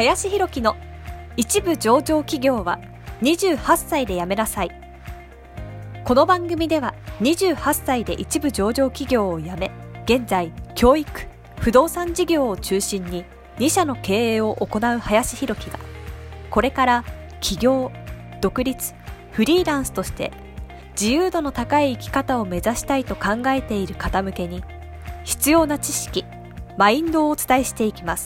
林弘樹の一部上場企業は28歳で辞めなさい。この番組では28歳で一部上場企業を辞め、現在教育、不動産事業を中心に2社の経営を行う林弘樹が、これから起業、独立、フリーランスとして自由度の高い生き方を目指したいと考えている方向けに必要な知識、マインドをお伝えしていきます。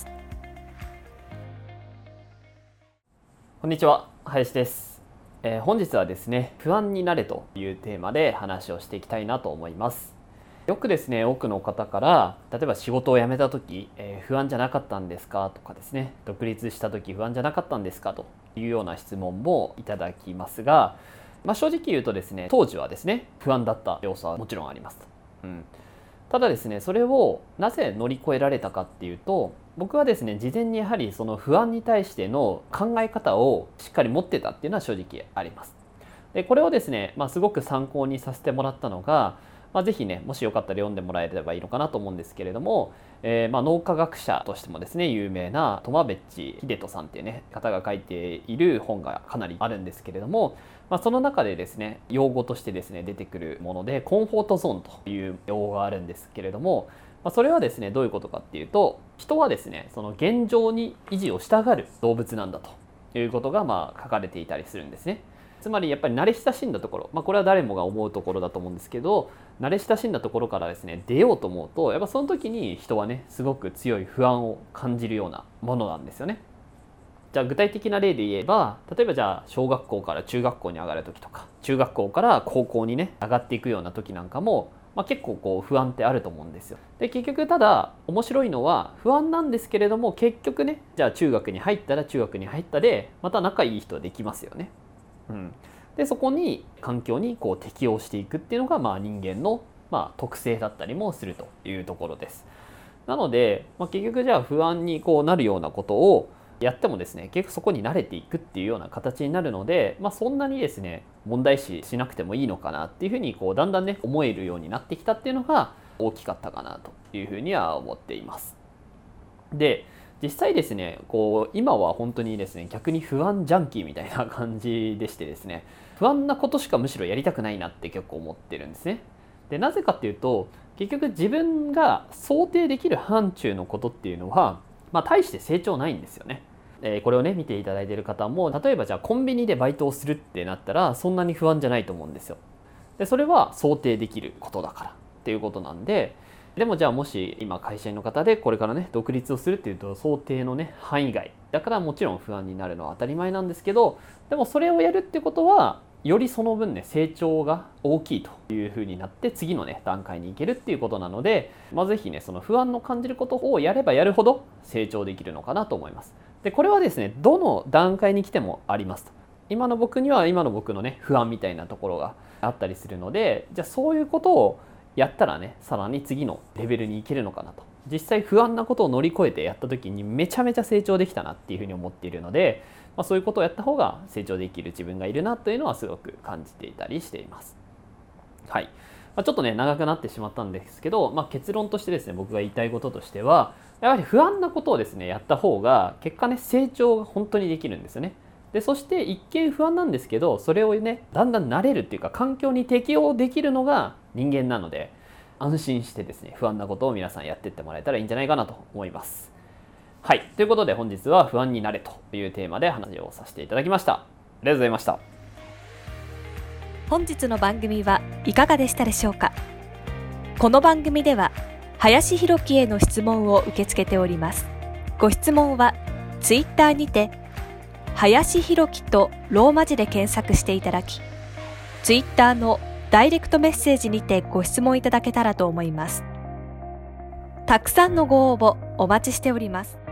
こんにちは、林です。本日はですね、不安になれというテーマで話をしていきたいなと思います。よくですね、多くの方から例えば仕事を辞めた時、不安じゃなかったんですかとかですね、独立した時不安じゃなかったんですかというような質問もいただきますが、正直言うとですね、当時はですね、不安だった要素はもちろんあります。ただですね、それをなぜ乗り越えられたかっていうと、僕はですね、事前にやはりその不安に対しての考え方をしっかり持ってたっていうのは正直あります。で、これをですね、すごく参考にさせてもらったのが、ぜひね、もしよかったら読んでもらえればいいのかなと思うんですけれども、脳科学者としてもですね、有名なトマベッチ秀人さんっていうね、方が書いている本がかなりあるんですけれども、その中でですね、用語としてですね、出てくるもので、コンフォートゾーンという用語があるんですけれども、それはですね、どういうことかっていうと、人はですね、その現状に維持をしたがる動物なんだということが書かれていたりするんですね。つまりやっぱり慣れ親しんだところ、これは誰もが思うところだと思うんですけど、慣れ親しんだところからですね、出ようと思うと、やっぱその時に人はね、すごく強い不安を感じるようなものなんですよね。じゃあ具体的な例で言えば、例えばじゃあ小学校から中学校に上がる時とか、中学校から高校にね、上がっていくような時なんかも、結構不安ってあると思うんですよ。で、結局ただ面白いのは不安なんですけれども、結局ね、じゃあ中学に入ったら中学に入ったで、また仲いい人できますよね。で、そこに環境に適応していくっていうのが人間の特性だったりもするというところです。なので、結局じゃあ不安になるようなことをやってもですね、結局そこに慣れていくっていうような形になるので、そんなにですね、問題視しなくてもいいのかなっていうふうにだんだんね、思えるようになってきたっていうのが大きかったかなというふうには思っています。で、実際ですね、今は本当にですね、逆に不安ジャンキーみたいな感じでしてですね、不安なことしかむしろやりたくないなって結構思ってるんですね。で、なぜかっていうと、結局自分が想定できる範疇のことっていうのは、大して成長ないんですよね。これをね、見ていただいている方も、例えばじゃあコンビニでバイトをするってなったら、そんなに不安じゃないと思うんですよ。で、それは想定できることだからっていうことなんで、でもじゃあもし今会社員の方でこれからね、独立をするっていうと想定のね、範囲外だからもちろん不安になるのは当たり前なんですけど、でもそれをやるってことはよりその分ね、成長が大きいという風になって次のね、段階に行けるっていうことなので、ぜひね、その不安の感じることをやればやるほど成長できるのかなと思います。で、これはですね、どの段階に来てもありますと。今の僕には今の僕のね、不安みたいなところがあったりするので、じゃあそういうことをやったらね、さらに次のレベルに行けるのかなと。実際不安なことを乗り越えてやった時にめちゃめちゃ成長できたなっていうふうに思っているので、そういうことをやった方が成長できる自分がいるなというのはすごく感じていたりしています。はい。ちょっとね、長くなってしまったんですけど、結論としてですね、僕が言いたいこととしては、やはり不安なことをですね、やった方が結果ね、成長が本当にできるんですよね。で、そして一見不安なんですけど、それをね、だんだん慣れるっていうか、環境に適応できるのが人間なので、安心してですね、不安なことを皆さんやっていってもらえたらいいんじゃないかなと思います。はい。ということで本日は不安になれというテーマで話をさせていただきました。ありがとうございました。 本日の番組はいかがでしたでしょうか。この番組では林弘樹への質問を受け付けております。ご質問はツイッターにて林弘樹とローマ字で検索していただき、ツイッターのダイレクトメッセージにてご質問いただけたらと思います。たくさんのご応募お待ちしております。